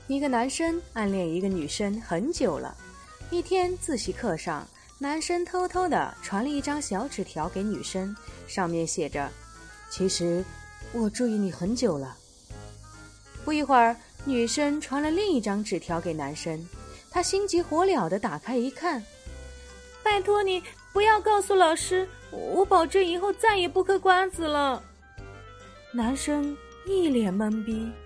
一个男生暗恋一个女生很久了。一天自习课上，男生偷偷地传了一张小纸条给女生，上面写着：其实我注意你很久了。不一会儿，女生传了另一张纸条给男生，他心急火燎地打开一看， 拜托你不要告诉老师，我保证以后再也不嗑瓜子了。 男生一脸懵逼，